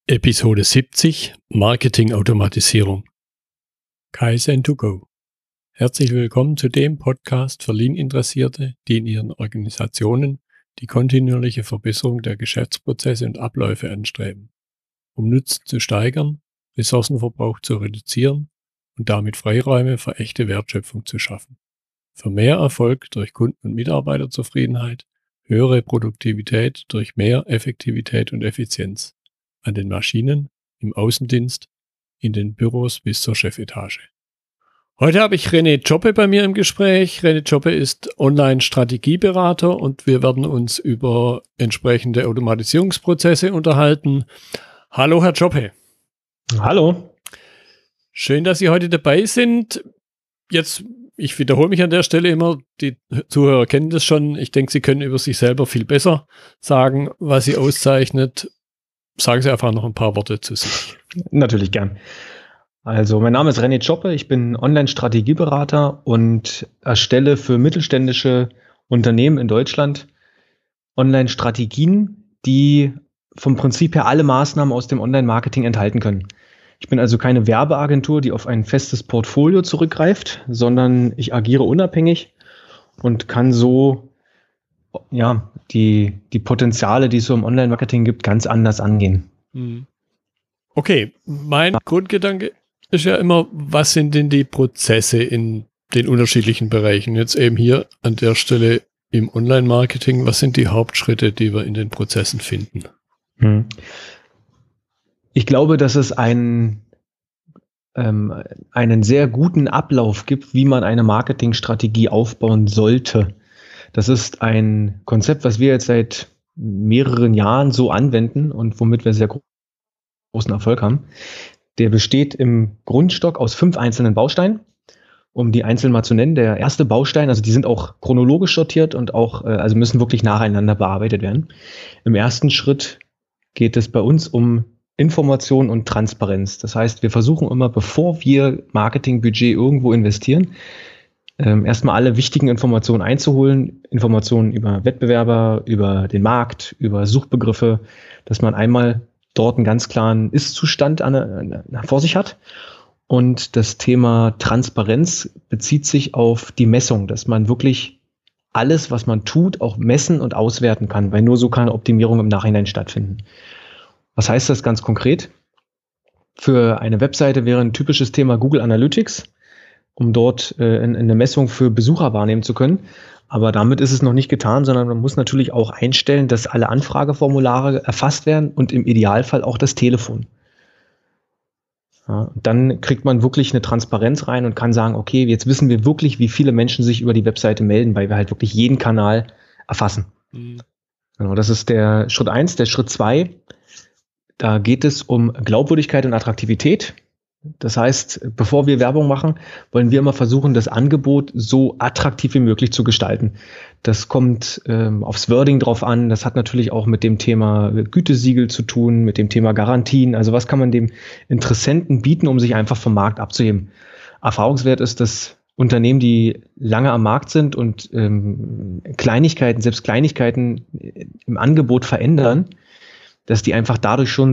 Episode 70 Marketing-Automatisierung. Kaizen2Go. Herzlich willkommen zu dem Podcast für Lean-Interessierte, die in ihren Organisationen die kontinuierliche Verbesserung der Geschäftsprozesse und Abläufe anstreben, um Nutzen zu steigern, Ressourcenverbrauch zu reduzieren und damit Freiräume für echte Wertschöpfung zu schaffen. Für mehr Erfolg durch Kunden- und Mitarbeiterzufriedenheit, höhere Produktivität durch mehr Effektivität und Effizienz. An den Maschinen, im Außendienst, in den Büros bis zur Chefetage. Heute habe ich René Zschoppe bei mir im Gespräch. René Zschoppe ist Online-Strategieberater und wir werden uns über entsprechende Automatisierungsprozesse unterhalten. Hallo, Herr Zschoppe. Hallo. Schön, dass Sie heute dabei sind. Jetzt, ich wiederhole mich an der Stelle immer, die Zuhörer kennen das schon. Ich denke, Sie können über sich selber viel besser sagen, was Sie auszeichnet. Sagen Sie einfach noch ein paar Worte zu sich. Natürlich gern. Also, mein Name ist René Zschoppe, ich bin Online-Strategieberater und erstelle für mittelständische Unternehmen in Deutschland Online-Strategien, die vom Prinzip her alle Maßnahmen aus dem Online-Marketing enthalten können. Ich bin also keine Werbeagentur, die auf ein festes Portfolio zurückgreift, sondern ich agiere unabhängig und kann so die Potenziale, die es so im Online-Marketing gibt, ganz anders angehen. Okay, mein Grundgedanke ist ja immer, was sind denn die Prozesse in den unterschiedlichen Bereichen? Jetzt eben hier an der Stelle im Online-Marketing, was sind die Hauptschritte, die wir in den Prozessen finden? Ich glaube, dass es einen sehr guten Ablauf gibt, wie man eine Marketingstrategie aufbauen sollte. Das ist ein Konzept, was wir jetzt seit mehreren Jahren so anwenden und womit wir sehr großen Erfolg haben. Der besteht im Grundstock aus 5 einzelnen Bausteinen. Um die einzeln mal zu nennen, der erste Baustein, also die sind auch chronologisch sortiert und auch, also müssen wirklich nacheinander bearbeitet werden. Im ersten Schritt geht es bei uns um Information und Transparenz. Das heißt, wir versuchen immer, bevor wir Marketingbudget irgendwo investieren, erstmal alle wichtigen Informationen einzuholen, Informationen über Wettbewerber, über den Markt, über Suchbegriffe, dass man einmal dort einen ganz klaren Ist-Zustand vor sich hat. Und das Thema Transparenz bezieht sich auf die Messung, dass man wirklich alles, was man tut, auch messen und auswerten kann, weil nur so kann Optimierung im Nachhinein stattfinden. Was heißt das ganz konkret? Für eine Webseite wäre ein typisches Thema Google Analytics, um dort eine Messung für Besucher wahrnehmen zu können. Aber damit ist es noch nicht getan, sondern man muss natürlich auch einstellen, dass alle Anfrageformulare erfasst werden und im Idealfall auch das Telefon. Ja, dann kriegt man wirklich eine Transparenz rein und kann sagen, okay, jetzt wissen wir wirklich, wie viele Menschen sich über die Webseite melden, weil wir halt wirklich jeden Kanal erfassen. Genau, das ist der Schritt 1. Der Schritt 2, da geht es um Glaubwürdigkeit und Attraktivität. Das heißt, bevor wir Werbung machen, wollen wir immer versuchen, das Angebot so attraktiv wie möglich zu gestalten. Das kommt aufs Wording drauf an. Das hat natürlich auch mit dem Thema Gütesiegel zu tun, mit dem Thema Garantien. Also was kann man dem Interessenten bieten, um sich einfach vom Markt abzuheben? Erfahrungswert ist, dass Unternehmen, die lange am Markt sind und selbst Kleinigkeiten im Angebot verändern, dass die einfach dadurch schon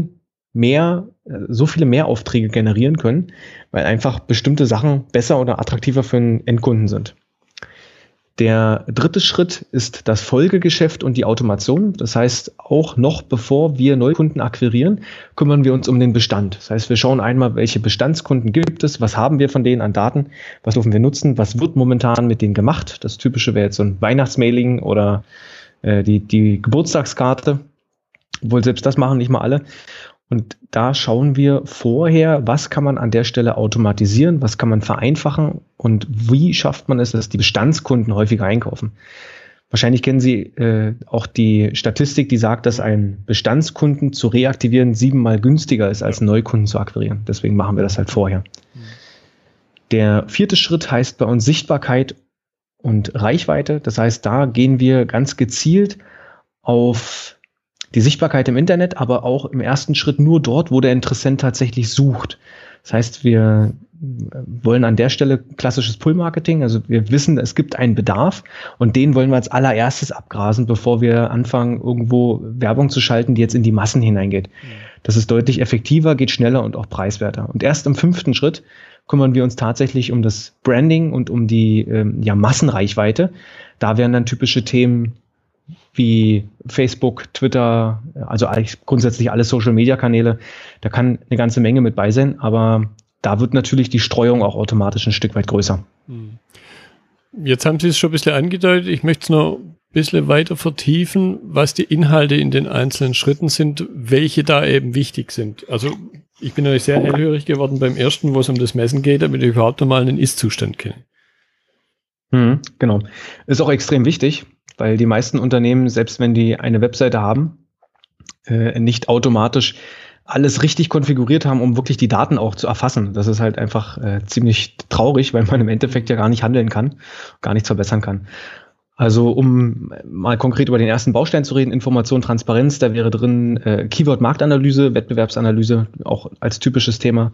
so viele Mehraufträge generieren können, weil einfach bestimmte Sachen besser oder attraktiver für einen Endkunden sind. Der dritte Schritt ist das Folgegeschäft und die Automation. Das heißt, auch noch bevor wir Neukunden akquirieren, kümmern wir uns um den Bestand. Das heißt, wir schauen einmal, welche Bestandskunden gibt es, was haben wir von denen an Daten, was dürfen wir nutzen, was wird momentan mit denen gemacht. Das Typische wäre jetzt so ein Weihnachtsmailing oder die Geburtstagskarte, obwohl selbst das machen nicht mal alle. Und da schauen wir vorher, was kann man an der Stelle automatisieren, was kann man vereinfachen und wie schafft man es, dass die Bestandskunden häufiger einkaufen. Wahrscheinlich kennen Sie auch die Statistik, die sagt, dass ein Bestandskunden zu reaktivieren 7-mal günstiger ist, als einen Neukunden zu akquirieren. Deswegen machen wir das halt vorher. Der 4. Schritt heißt bei uns Sichtbarkeit und Reichweite. Das heißt, da gehen wir ganz gezielt auf die Sichtbarkeit im Internet, aber auch im ersten Schritt nur dort, wo der Interessent tatsächlich sucht. Das heißt, wir wollen an der Stelle klassisches Pull-Marketing, also wir wissen, es gibt einen Bedarf und den wollen wir als allererstes abgrasen, bevor wir anfangen, irgendwo Werbung zu schalten, die jetzt in die Massen hineingeht. Das ist deutlich effektiver, geht schneller und auch preiswerter. Und erst im 5. Schritt kümmern wir uns tatsächlich um das Branding und um die Massenreichweite. Da wären dann typische Themen wie Facebook, Twitter, also eigentlich grundsätzlich alle Social-Media-Kanäle. Da kann eine ganze Menge mit bei sein, aber da wird natürlich die Streuung auch automatisch ein Stück weit größer. Jetzt haben Sie es schon ein bisschen angedeutet. Ich möchte es noch ein bisschen weiter vertiefen, was die Inhalte in den einzelnen Schritten sind, welche da eben wichtig sind. Also ich bin natürlich sehr hellhörig geworden beim ersten, wo es um das Messen geht, damit ich überhaupt einmal einen Ist-Zustand kenne. Genau. Ist auch extrem wichtig, weil die meisten Unternehmen, selbst wenn die eine Webseite haben, nicht automatisch alles richtig konfiguriert haben, um wirklich die Daten auch zu erfassen. Das ist halt einfach ziemlich traurig, weil man im Endeffekt ja gar nicht handeln kann, gar nichts verbessern kann. Also um mal konkret über den ersten Baustein zu reden, Information, Transparenz, da wäre drin Keyword-Marktanalyse, Wettbewerbsanalyse, auch als typisches Thema.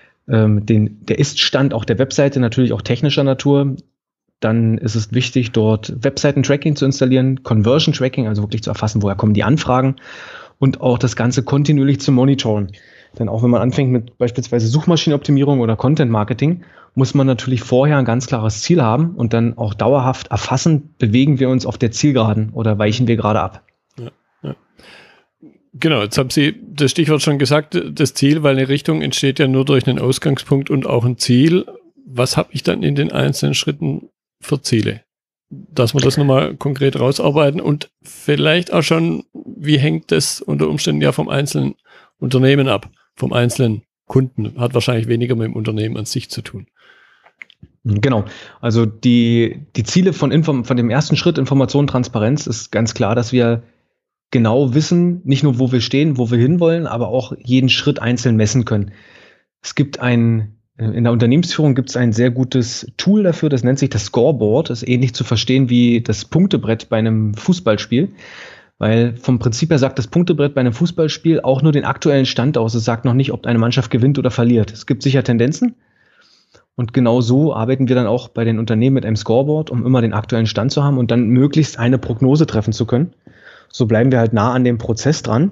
Der Ist-Stand auch der Webseite, natürlich auch technischer Natur. Dann ist es wichtig, dort Webseiten-Tracking zu installieren, Conversion-Tracking, also wirklich zu erfassen, woher kommen die Anfragen und auch das Ganze kontinuierlich zu monitoren. Denn auch wenn man anfängt mit beispielsweise Suchmaschinenoptimierung oder Content-Marketing, muss man natürlich vorher ein ganz klares Ziel haben und dann auch dauerhaft erfassen, bewegen wir uns auf der Zielgeraden oder weichen wir gerade ab. Ja. Genau, jetzt haben Sie das Stichwort schon gesagt, das Ziel, weil eine Richtung entsteht ja nur durch einen Ausgangspunkt und auch ein Ziel. Was habe ich dann in den einzelnen Schritten für Ziele? Dass wir das nochmal konkret rausarbeiten und vielleicht auch schon, wie hängt das unter Umständen ja vom einzelnen Unternehmen ab, vom einzelnen Kunden, hat wahrscheinlich weniger mit dem Unternehmen an sich zu tun. Genau, also die Ziele von dem ersten Schritt, Information, Transparenz, ist ganz klar, dass wir genau wissen, nicht nur wo wir stehen, wo wir hinwollen, aber auch jeden Schritt einzeln messen können. Es gibt in der Unternehmensführung gibt es ein sehr gutes Tool dafür, das nennt sich das Scoreboard, das ist ähnlich zu verstehen wie das Punktebrett bei einem Fußballspiel, weil vom Prinzip her sagt das Punktebrett bei einem Fußballspiel auch nur den aktuellen Stand aus. Es sagt noch nicht, ob eine Mannschaft gewinnt oder verliert. Es gibt sicher Tendenzen und genau so arbeiten wir dann auch bei den Unternehmen mit einem Scoreboard, um immer den aktuellen Stand zu haben und dann möglichst eine Prognose treffen zu können. So bleiben wir halt nah an dem Prozess dran.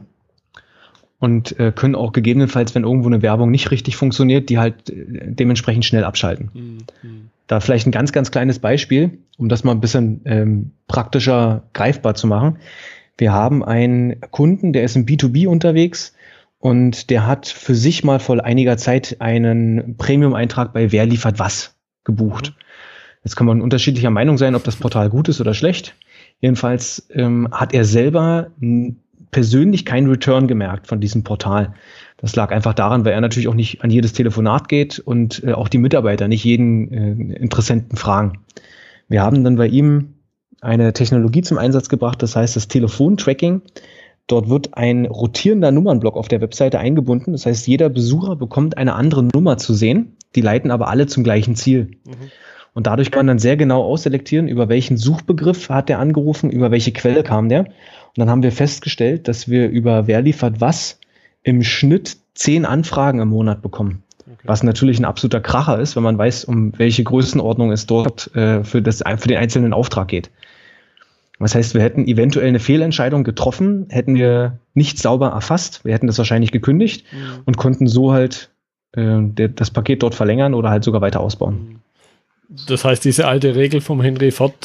Und können auch gegebenenfalls, wenn irgendwo eine Werbung nicht richtig funktioniert, die halt dementsprechend schnell abschalten. Da vielleicht ein ganz, ganz kleines Beispiel, um das mal ein bisschen praktischer greifbar zu machen. Wir haben einen Kunden, der ist im B2B unterwegs und der hat für sich mal vor einiger Zeit einen Premium-Eintrag bei Wer liefert was gebucht. Jetzt kann man unterschiedlicher Meinung sein, ob das Portal gut ist oder schlecht. Jedenfalls hat er selber persönlich keinen Return gemerkt von diesem Portal. Das lag einfach daran, weil er natürlich auch nicht an jedes Telefonat geht und auch die Mitarbeiter nicht jeden Interessenten fragen. Wir haben dann bei ihm eine Technologie zum Einsatz gebracht, das heißt das Telefontracking. Dort wird ein rotierender Nummernblock auf der Webseite eingebunden. Das heißt, jeder Besucher bekommt eine andere Nummer zu sehen. Die leiten aber alle zum gleichen Ziel. Und dadurch kann man dann sehr genau ausselektieren, über welchen Suchbegriff hat der angerufen, über welche Quelle kam der. Und dann haben wir festgestellt, dass wir über Wer liefert was im Schnitt 10 Anfragen im Monat bekommen. Okay. Was natürlich ein absoluter Kracher ist, wenn man weiß, um welche Größenordnung es dort für den einzelnen Auftrag geht. Das heißt, wir hätten eventuell eine Fehlentscheidung getroffen, hätten wir nicht sauber erfasst, wir hätten das wahrscheinlich gekündigt und konnten so halt das Paket dort verlängern oder halt sogar weiter ausbauen. Das heißt, diese alte Regel vom Henry Ford,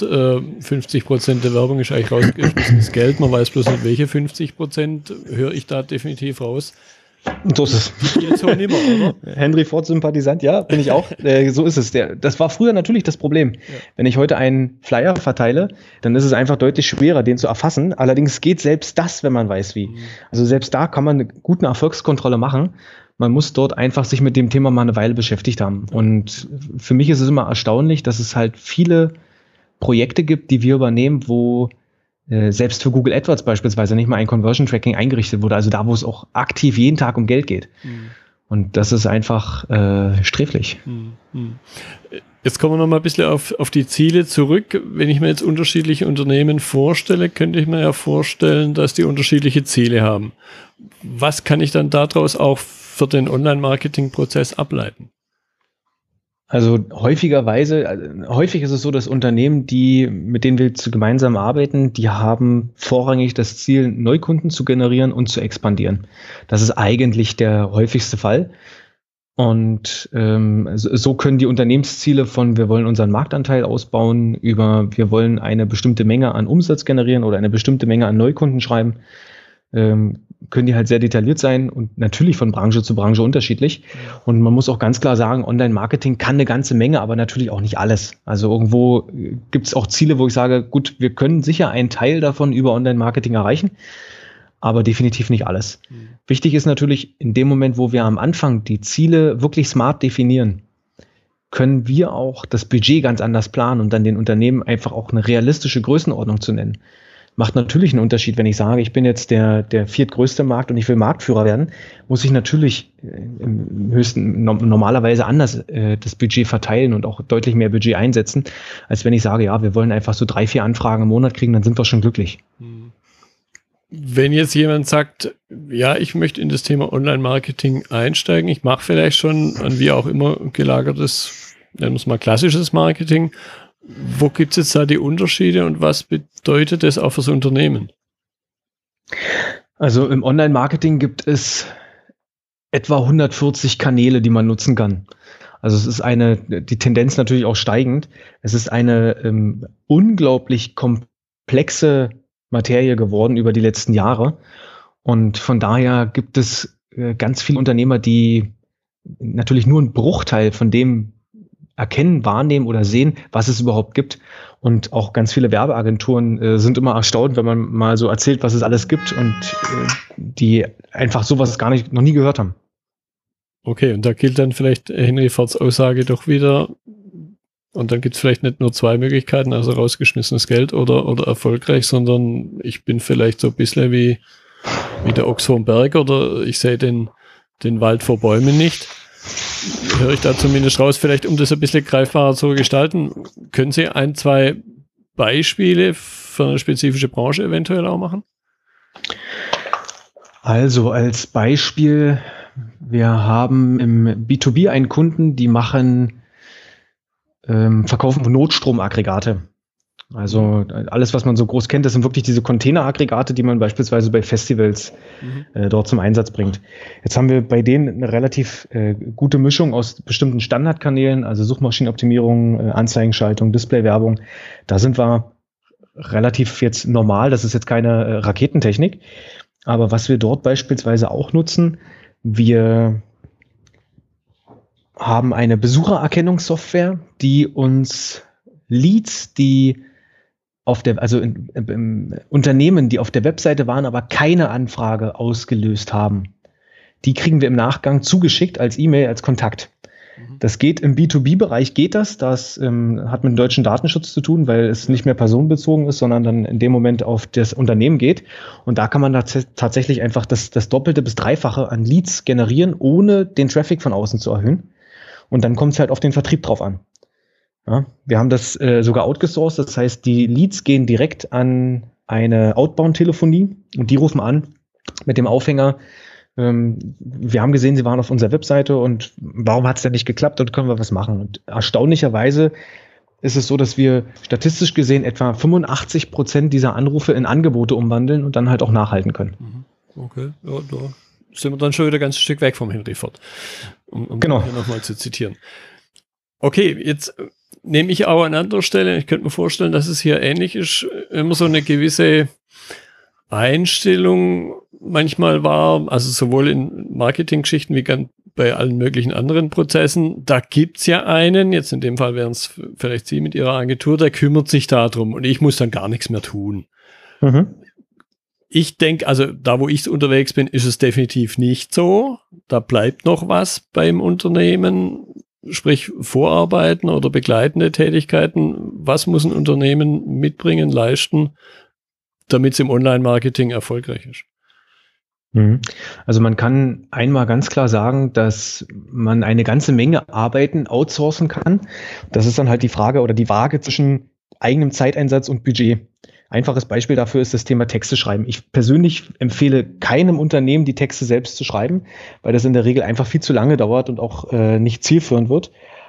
50% der Werbung ist eigentlich rausgeschmissenes Geld, man weiß bloß nicht, welche 50%, höre ich da definitiv raus. So ist es. Die jetzt so nimmer, oder? Henry Ford-Sympathisant, ja, bin ich auch. So ist es. Das war früher natürlich das Problem. Ja. Wenn ich heute einen Flyer verteile, dann ist es einfach deutlich schwerer, den zu erfassen. Allerdings geht selbst das, wenn man weiß wie. Also selbst da kann man eine gute Erfolgskontrolle machen. Man muss dort einfach sich mit dem Thema mal eine Weile beschäftigt haben. Und für mich ist es immer erstaunlich, dass es halt viele Projekte gibt, die wir übernehmen, wo selbst für Google AdWords beispielsweise nicht mal ein Conversion Tracking eingerichtet wurde. Also da, wo es auch aktiv jeden Tag um Geld geht. Und das ist einfach sträflich. Jetzt kommen wir noch mal ein bisschen auf die Ziele zurück. Wenn ich mir jetzt unterschiedliche Unternehmen vorstelle, könnte ich mir ja vorstellen, dass die unterschiedliche Ziele haben. Was kann ich dann daraus auch für den Online-Marketing-Prozess ableiten? Also häufig ist es so, dass Unternehmen, mit denen wir gemeinsam arbeiten, die haben vorrangig das Ziel, Neukunden zu generieren und zu expandieren. Das ist eigentlich der häufigste Fall. Und so können die Unternehmensziele von wir wollen unseren Marktanteil ausbauen, über wir wollen eine bestimmte Menge an Umsatz generieren oder eine bestimmte Menge an Neukunden schreiben, können die halt sehr detailliert sein und natürlich von Branche zu Branche unterschiedlich. Und man muss auch ganz klar sagen, Online-Marketing kann eine ganze Menge, aber natürlich auch nicht alles. Also irgendwo gibt es auch Ziele, wo ich sage, gut, wir können sicher einen Teil davon über Online-Marketing erreichen, aber definitiv nicht alles. Wichtig ist natürlich, in dem Moment, wo wir am Anfang die Ziele wirklich smart definieren, können wir auch das Budget ganz anders planen und dann den Unternehmen einfach auch eine realistische Größenordnung zu nennen. Macht natürlich einen Unterschied, wenn ich sage, ich bin jetzt der viertgrößte Markt und ich will Marktführer werden, muss ich natürlich normalerweise anders das Budget verteilen und auch deutlich mehr Budget einsetzen, als wenn ich sage, ja, wir wollen einfach so 3-4 Anfragen im Monat kriegen, dann sind wir schon glücklich. Wenn jetzt jemand sagt, ja, ich möchte in das Thema Online-Marketing einsteigen, ich mache vielleicht schon ein wie auch immer gelagertes, nennen wir es mal klassisches Marketing, wo gibt es jetzt da die Unterschiede und was bedeutet das auch fürs Unternehmen? Also im Online-Marketing gibt es etwa 140 Kanäle, die man nutzen kann. Also es ist die Tendenz natürlich auch steigend. Es ist eine unglaublich komplexe Materie geworden über die letzten Jahre. Und von daher gibt es ganz viele Unternehmer, die natürlich nur einen Bruchteil von dem erkennen, wahrnehmen oder sehen, was es überhaupt gibt. Und auch ganz viele Werbeagenturen sind immer erstaunt, wenn man mal so erzählt, was es alles gibt und die einfach sowas noch nie gehört haben. Okay, und da gilt dann vielleicht Henry Fords Aussage doch wieder, und dann gibt es vielleicht nicht nur 2 Möglichkeiten, also rausgeschmissenes Geld oder erfolgreich, sondern ich bin vielleicht so ein bisschen wie der Ochs vorm Berg oder ich sehe den Wald vor Bäumen nicht. Höre ich da zumindest raus, vielleicht um das ein bisschen greifbarer zu gestalten. Können Sie 1-2 Beispiele für eine spezifische Branche eventuell auch machen? Also als Beispiel, wir haben im B2B einen Kunden, die verkaufen Notstromaggregate. Also alles, was man so groß kennt, das sind wirklich diese Containeraggregate, die man beispielsweise bei Festivals dort zum Einsatz bringt. Jetzt haben wir bei denen eine relativ gute Mischung aus bestimmten Standardkanälen, also Suchmaschinenoptimierung, Anzeigenschaltung, Displaywerbung. Da sind wir relativ jetzt normal, das ist jetzt keine Raketentechnik. Aber was wir dort beispielsweise auch nutzen, wir haben eine Besuchererkennungssoftware, die uns Leads, die im Unternehmen, die auf der Webseite waren, aber keine Anfrage ausgelöst haben, die kriegen wir im Nachgang zugeschickt als E-Mail, als Kontakt. Das geht im B2B-Bereich, das hat mit dem deutschen Datenschutz zu tun, weil es nicht mehr personenbezogen ist, sondern dann in dem Moment auf das Unternehmen geht. Und da kann man tatsächlich einfach das Doppelte bis Dreifache an Leads generieren, ohne den Traffic von außen zu erhöhen. Und dann kommt es halt auf den Vertrieb drauf an. Ja, wir haben das sogar outgesourced, das heißt, die Leads gehen direkt an eine Outbound-Telefonie und die rufen an mit dem Aufhänger, wir haben gesehen, Sie waren auf unserer Webseite und warum hat es denn nicht geklappt und können wir was machen? Und erstaunlicherweise ist es so, dass wir statistisch gesehen etwa 85% dieser Anrufe in Angebote umwandeln und dann halt auch nachhalten können. Okay, ja, da sind wir dann schon wieder ein ganzes Stück weg vom Henry Ford, um genau. Hier nochmal zu zitieren. Okay, jetzt nehme ich auch an anderer Stelle, ich könnte mir vorstellen, dass es hier ähnlich ist, immer so eine gewisse Einstellung manchmal war, also sowohl in Marketinggeschichten wie bei allen möglichen anderen Prozessen, da gibt's ja einen, jetzt in dem Fall wären es vielleicht Sie mit Ihrer Agentur, der kümmert sich darum und ich muss dann gar nichts mehr tun. Mhm. Ich denke, also da, wo ich unterwegs bin, ist es definitiv nicht so. Da bleibt noch was beim Unternehmen, sprich Vorarbeiten oder begleitende Tätigkeiten. Was muss ein Unternehmen mitbringen, leisten, damit es im Online-Marketing erfolgreich ist? Also man kann einmal ganz klar sagen, dass man eine ganze Menge Arbeiten outsourcen kann. Das ist dann halt die Frage oder die Waage zwischen eigenem Zeiteinsatz und Budget. Einfaches Beispiel dafür ist das Thema Texte schreiben. Ich persönlich empfehle keinem Unternehmen, die Texte selbst zu schreiben, weil das in der Regel einfach viel zu lange dauert und auch nicht zielführend wird.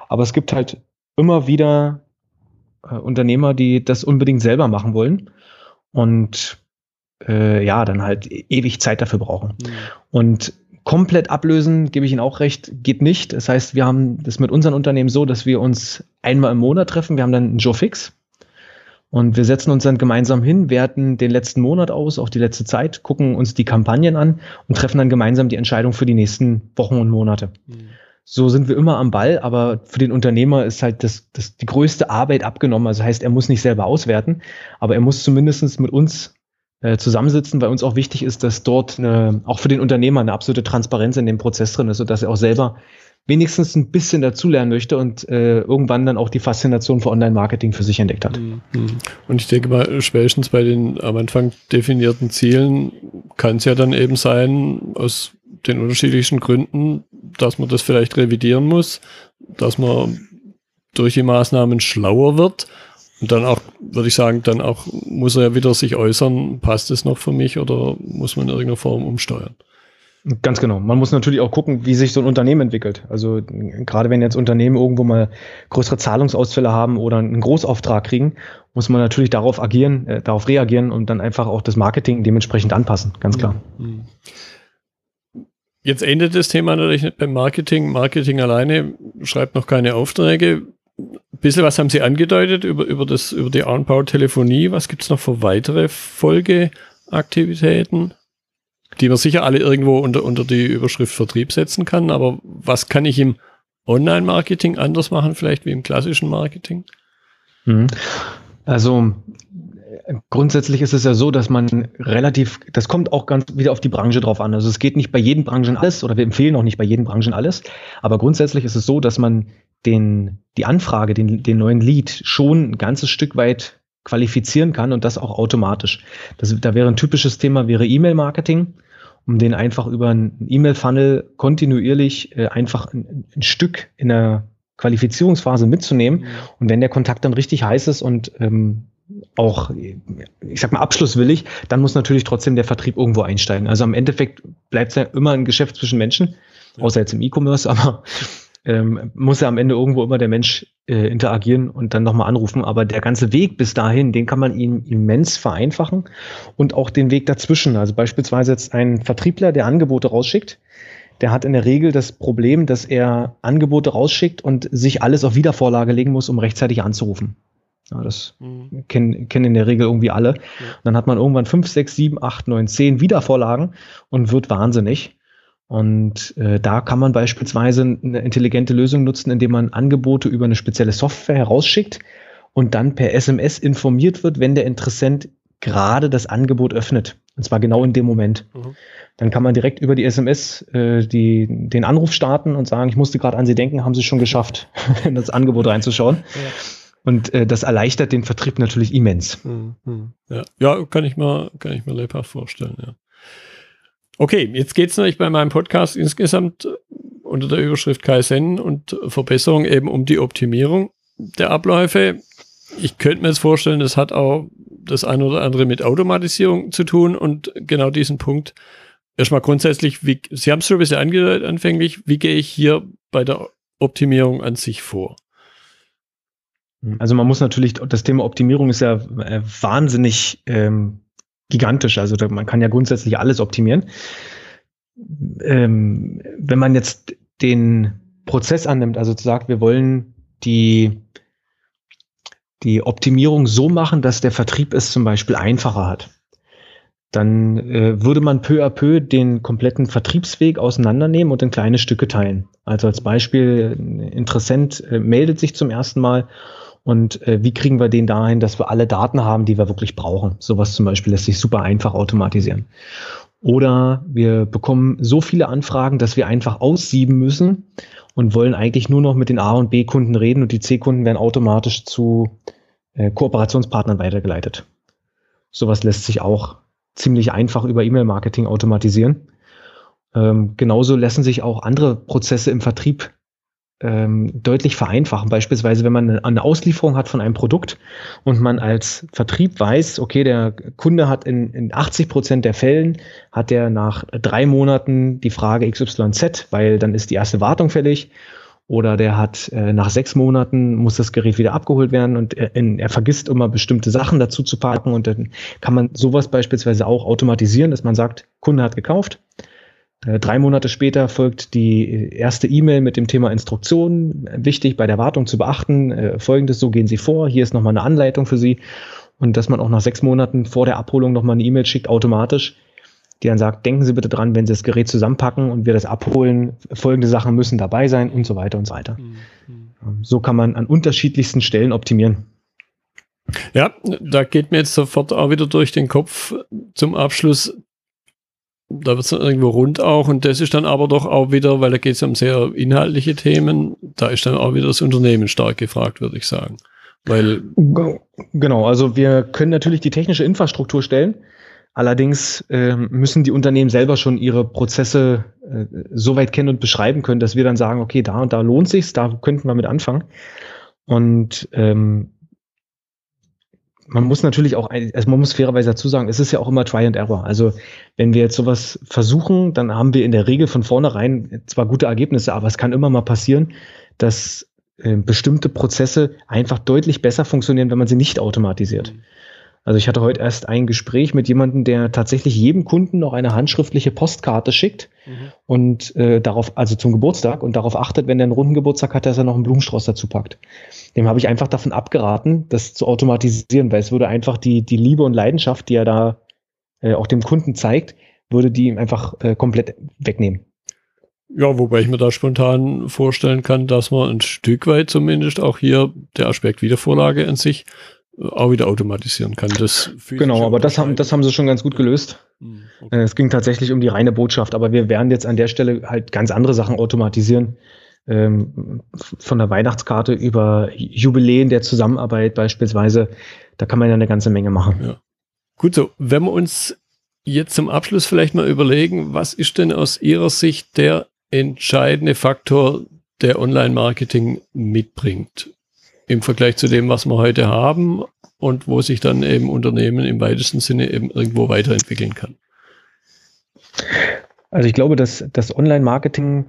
Aber es gibt halt immer wieder Unternehmer, die das unbedingt selber machen wollen und dann halt ewig Zeit dafür brauchen. Und komplett ablösen, gebe ich Ihnen auch recht, geht nicht. Das heißt, wir haben das mit unseren Unternehmen so, dass wir uns einmal im Monat treffen. Wir haben dann einen Joe Fix und wir setzen uns dann gemeinsam hin, werten den letzten Monat aus, auch die letzte Zeit, gucken uns die Kampagnen an und treffen dann gemeinsam die Entscheidung für die nächsten Wochen und Monate. So sind wir immer am Ball, aber für den Unternehmer ist halt die größte Arbeit abgenommen. Also heißt, er muss nicht selber auswerten, aber er muss zumindest mit uns zusammensitzen, weil uns auch wichtig ist, dass dort auch für den Unternehmer eine absolute Transparenz in dem Prozess drin ist, sodass er auch selber wenigstens ein bisschen dazulernen möchte und irgendwann dann auch die Faszination für Online-Marketing für sich entdeckt hat. Und ich denke mal, spätestens bei den am Anfang definierten Zielen kann es ja dann eben sein, aus den unterschiedlichen Gründen, dass man das vielleicht revidieren muss, dass man durch die Maßnahmen schlauer wird. Und dann auch, würde ich sagen, dann auch muss er ja wieder sich äußern, passt es noch für mich oder muss man in irgendeiner Form umsteuern? Ganz genau. Man muss natürlich auch gucken, wie sich so ein Unternehmen entwickelt. Also gerade wenn jetzt Unternehmen irgendwo mal größere Zahlungsausfälle haben oder einen Großauftrag kriegen, muss man natürlich darauf reagieren und dann einfach auch das Marketing dementsprechend anpassen. Ganz klar. Jetzt endet das Thema natürlich nicht beim Marketing. Marketing alleine schreibt noch keine Aufträge. Ein bisschen was haben Sie angedeutet über die Outbound-Telefonie. Was gibt es noch für weitere Folgeaktivitäten, die man sicher alle irgendwo unter die Überschrift Vertrieb setzen kann? Aber was kann ich im Online-Marketing anders machen, vielleicht wie im klassischen Marketing? Also grundsätzlich ist es ja so, dass man das kommt auch ganz wieder auf die Branche drauf an. Also es geht nicht bei jedem Branchen alles oder wir empfehlen auch nicht bei jedem Branchen alles. Aber grundsätzlich ist es so, dass man die Anfrage, den neuen Lead schon ein ganzes Stück weit qualifizieren kann und das auch automatisch. Da wäre ein typisches Thema E-Mail-Marketing, um den einfach über einen E-Mail-Funnel kontinuierlich einfach ein Stück in der Qualifizierungsphase mitzunehmen. Und wenn der Kontakt dann richtig heiß ist und auch, ich sag mal, abschlusswillig, dann muss natürlich trotzdem der Vertrieb irgendwo einsteigen. Also am Endeffekt bleibt es ja immer ein Geschäft zwischen Menschen, außer jetzt im E-Commerce, aber muss ja am Ende irgendwo immer der Mensch interagieren und dann nochmal anrufen. Aber der ganze Weg bis dahin, den kann man ihm immens vereinfachen und auch den Weg dazwischen. Also beispielsweise jetzt ein Vertriebler, der Angebote rausschickt, der hat in der Regel das Problem, dass er Angebote rausschickt und sich alles auf Wiedervorlage legen muss, um rechtzeitig anzurufen. Ja, das kennen in der Regel irgendwie alle. Ja. Dann hat man irgendwann 5, 6, 7, 8, 9, 10 Wiedervorlagen und wird wahnsinnig. Und da kann man beispielsweise eine intelligente Lösung nutzen, indem man Angebote über eine spezielle Software herausschickt und dann per SMS informiert wird, wenn der Interessent gerade das Angebot öffnet. Und zwar genau in dem Moment. Dann kann man direkt über die SMS den Anruf starten und sagen, ich musste gerade an Sie denken, haben Sie schon geschafft, in das Angebot reinzuschauen. Ja. Und das erleichtert den Vertrieb natürlich immens. Ja, kann ich mir lebhaft vorstellen, ja. Okay, jetzt geht es natürlich bei meinem Podcast insgesamt unter der Überschrift Kaizen und Verbesserung eben um die Optimierung der Abläufe. Ich könnte mir jetzt vorstellen, das hat auch das eine oder andere mit Automatisierung zu tun und genau diesen Punkt. Erstmal grundsätzlich, Sie haben es schon ein bisschen angedeutet anfänglich, wie gehe ich hier bei der Optimierung an sich vor? Also man muss natürlich, das Thema Optimierung ist ja wahnsinnig gigantisch, also man kann ja grundsätzlich alles optimieren. Wenn man jetzt den Prozess annimmt, also sagt, wir wollen die Optimierung so machen, dass der Vertrieb es zum Beispiel einfacher hat, dann würde man peu à peu den kompletten Vertriebsweg auseinandernehmen und in kleine Stücke teilen. Also als Beispiel, ein Interessent meldet sich zum ersten Mal und wie kriegen wir den dahin, dass wir alle Daten haben, die wir wirklich brauchen. Sowas zum Beispiel lässt sich super einfach automatisieren. Oder wir bekommen so viele Anfragen, dass wir einfach aussieben müssen und wollen eigentlich nur noch mit den A- und B-Kunden reden und die C-Kunden werden automatisch zu Kooperationspartnern weitergeleitet. Sowas lässt sich auch ziemlich einfach über E-Mail-Marketing automatisieren. Genauso lassen sich auch andere Prozesse im Vertrieb deutlich vereinfachen. Beispielsweise, wenn man eine Auslieferung hat von einem Produkt und man als Vertrieb weiß, okay, der Kunde hat in 80% der Fällen, hat er nach 3 Monaten die Frage XYZ, weil dann ist die erste Wartung fällig oder der hat nach 6 Monaten muss das Gerät wieder abgeholt werden und er vergisst immer bestimmte Sachen dazu zu packen und dann kann man sowas beispielsweise auch automatisieren, dass man sagt, Kunde hat gekauft. 3 Monate später folgt die erste E-Mail mit dem Thema Instruktionen. Wichtig bei der Wartung zu beachten, Folgendes, so gehen Sie vor, hier ist nochmal eine Anleitung für Sie. Und dass man auch nach 6 Monaten vor der Abholung nochmal eine E-Mail schickt, automatisch, die dann sagt, denken Sie bitte dran, wenn Sie das Gerät zusammenpacken und wir das abholen, folgende Sachen müssen dabei sein und so weiter und so weiter. So kann man an unterschiedlichsten Stellen optimieren. Ja, da geht mir jetzt sofort auch wieder durch den Kopf zum Abschluss. Da wird es dann irgendwo rund auch und das ist dann aber doch auch wieder, weil da geht es um sehr inhaltliche Themen, da ist dann auch wieder das Unternehmen stark gefragt, würde ich sagen. Weil genau, also wir können natürlich die technische Infrastruktur stellen, allerdings müssen die Unternehmen selber schon ihre Prozesse so weit kennen und beschreiben können, dass wir dann sagen, okay, da und da lohnt sich's, da könnten wir mit anfangen. Und man muss natürlich auch, also man muss fairerweise dazu sagen, es ist ja auch immer Try and Error. Also wenn wir jetzt sowas versuchen, dann haben wir in der Regel von vornherein zwar gute Ergebnisse, aber es kann immer mal passieren, dass bestimmte Prozesse einfach deutlich besser funktionieren, wenn man sie nicht automatisiert. Also ich hatte heute erst ein Gespräch mit jemandem, der tatsächlich jedem Kunden noch eine handschriftliche Postkarte schickt und darauf, also zum Geburtstag und darauf achtet, wenn der einen runden Geburtstag hat, dass er noch einen Blumenstrauß dazu packt. Dem habe ich einfach davon abgeraten, das zu automatisieren, weil es würde einfach die Liebe und Leidenschaft, die er da auch dem Kunden zeigt, würde die ihm einfach komplett wegnehmen. Ja, wobei ich mir da spontan vorstellen kann, dass man ein Stück weit zumindest auch hier der Aspekt Wiedervorlage an sich auch wieder automatisieren kann. Genau, aber das haben sie schon ganz gut gelöst. Okay. Es ging tatsächlich um die reine Botschaft, aber wir werden jetzt an der Stelle halt ganz andere Sachen automatisieren. Von der Weihnachtskarte über Jubiläen der Zusammenarbeit beispielsweise, da kann man ja eine ganze Menge machen. Ja. Gut, so, wenn wir uns jetzt zum Abschluss vielleicht mal überlegen, was ist denn aus Ihrer Sicht der entscheidende Faktor, der Online-Marketing mitbringt im Vergleich zu dem, was wir heute haben und wo sich dann eben Unternehmen im weitesten Sinne eben irgendwo weiterentwickeln kann? Also ich glaube, dass das Online-Marketing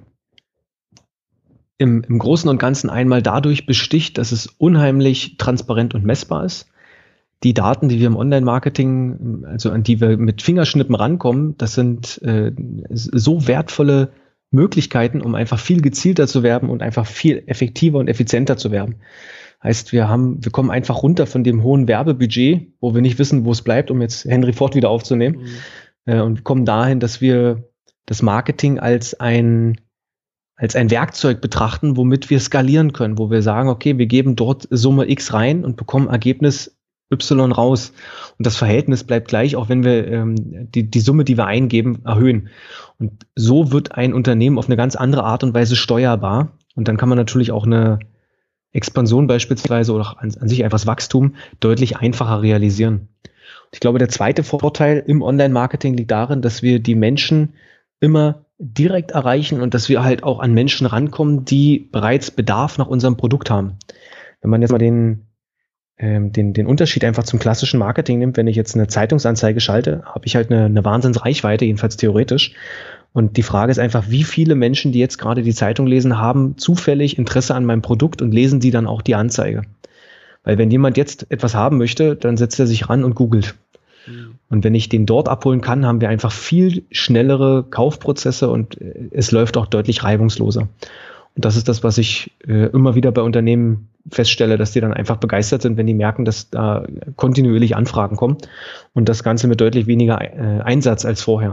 im Großen und Ganzen einmal dadurch besticht, dass es unheimlich transparent und messbar ist. Die Daten, die wir im Online-Marketing, also an die wir mit Fingerschnippen rankommen, das sind so wertvolle Möglichkeiten, um einfach viel gezielter zu werben und einfach viel effektiver und effizienter zu werben. Heißt, wir kommen einfach runter von dem hohen Werbebudget, wo wir nicht wissen, wo es bleibt, um jetzt Henry Ford wieder aufzunehmen, und kommen dahin, dass wir das Marketing als ein Werkzeug betrachten, womit wir skalieren können, wo wir sagen, okay, wir geben dort Summe X rein und bekommen Ergebnis Y raus. Und das Verhältnis bleibt gleich, auch wenn wir die Summe, die wir eingeben, erhöhen. Und so wird ein Unternehmen auf eine ganz andere Art und Weise steuerbar. Und dann kann man natürlich auch eine Expansion beispielsweise oder auch an sich einfach das Wachstum deutlich einfacher realisieren. Und ich glaube, der zweite Vorteil im Online-Marketing liegt darin, dass wir die Menschen immer direkt erreichen und dass wir halt auch an Menschen rankommen, die bereits Bedarf nach unserem Produkt haben. Wenn man jetzt mal den Unterschied einfach zum klassischen Marketing nimmt, wenn ich jetzt eine Zeitungsanzeige schalte, habe ich halt eine Wahnsinnsreichweite, jedenfalls theoretisch. Und die Frage ist einfach, wie viele Menschen, die jetzt gerade die Zeitung lesen, haben zufällig Interesse an meinem Produkt und lesen die dann auch die Anzeige. Weil wenn jemand jetzt etwas haben möchte, dann setzt er sich ran und googelt. Und wenn ich den dort abholen kann, haben wir einfach viel schnellere Kaufprozesse und es läuft auch deutlich reibungsloser. Und das ist das, was ich immer wieder bei Unternehmen feststelle, dass die dann einfach begeistert sind, wenn die merken, dass da kontinuierlich Anfragen kommen und das Ganze mit deutlich weniger Einsatz als vorher.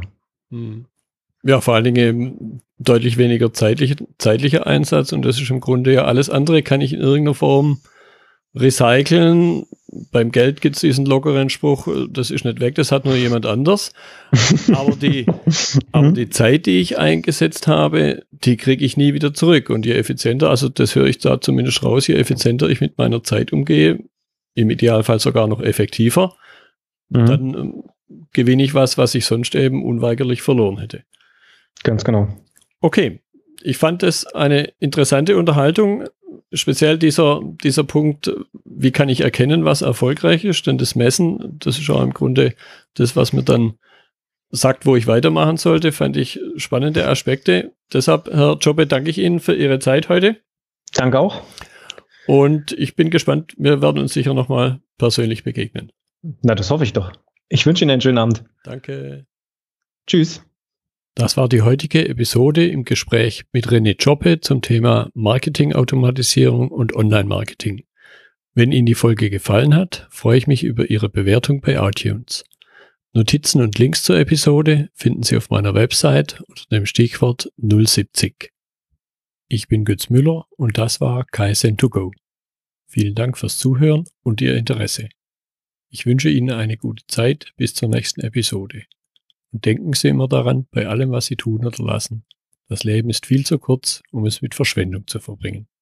Ja, vor allen Dingen deutlich weniger zeitlicher Einsatz und das ist im Grunde ja alles andere, kann ich in irgendeiner Form recyceln. Beim Geld gibt es diesen lockeren Spruch, das ist nicht weg, das hat nur jemand anders. Aber die Zeit, die ich eingesetzt habe, die kriege ich nie wieder zurück. Und je effizienter, also das höre ich da zumindest raus, je effizienter ich mit meiner Zeit umgehe, im Idealfall sogar noch effektiver, dann gewinne ich was ich sonst eben unweigerlich verloren hätte. Ganz genau. Okay, ich fand das eine interessante Unterhaltung. Speziell dieser Punkt, wie kann ich erkennen, was erfolgreich ist, denn das Messen, das ist auch im Grunde das, was mir dann sagt, wo ich weitermachen sollte, fand ich spannende Aspekte. Deshalb, Herr Zschobbe, danke ich Ihnen für Ihre Zeit heute. Danke auch. Und ich bin gespannt, wir werden uns sicher nochmal persönlich begegnen. Na, das hoffe ich doch. Ich wünsche Ihnen einen schönen Abend. Danke. Tschüss. Das war die heutige Episode im Gespräch mit René Zschoppe zum Thema Marketingautomatisierung und Online-Marketing. Wenn Ihnen die Folge gefallen hat, freue ich mich über Ihre Bewertung bei iTunes. Notizen und Links zur Episode finden Sie auf meiner Website unter dem Stichwort 070. Ich bin Götz Müller und das war Kaizen2Go. Vielen Dank fürs Zuhören und Ihr Interesse. Ich wünsche Ihnen eine gute Zeit bis zur nächsten Episode. Und denken Sie immer daran, bei allem, was Sie tun oder lassen, das Leben ist viel zu kurz, um es mit Verschwendung zu verbringen.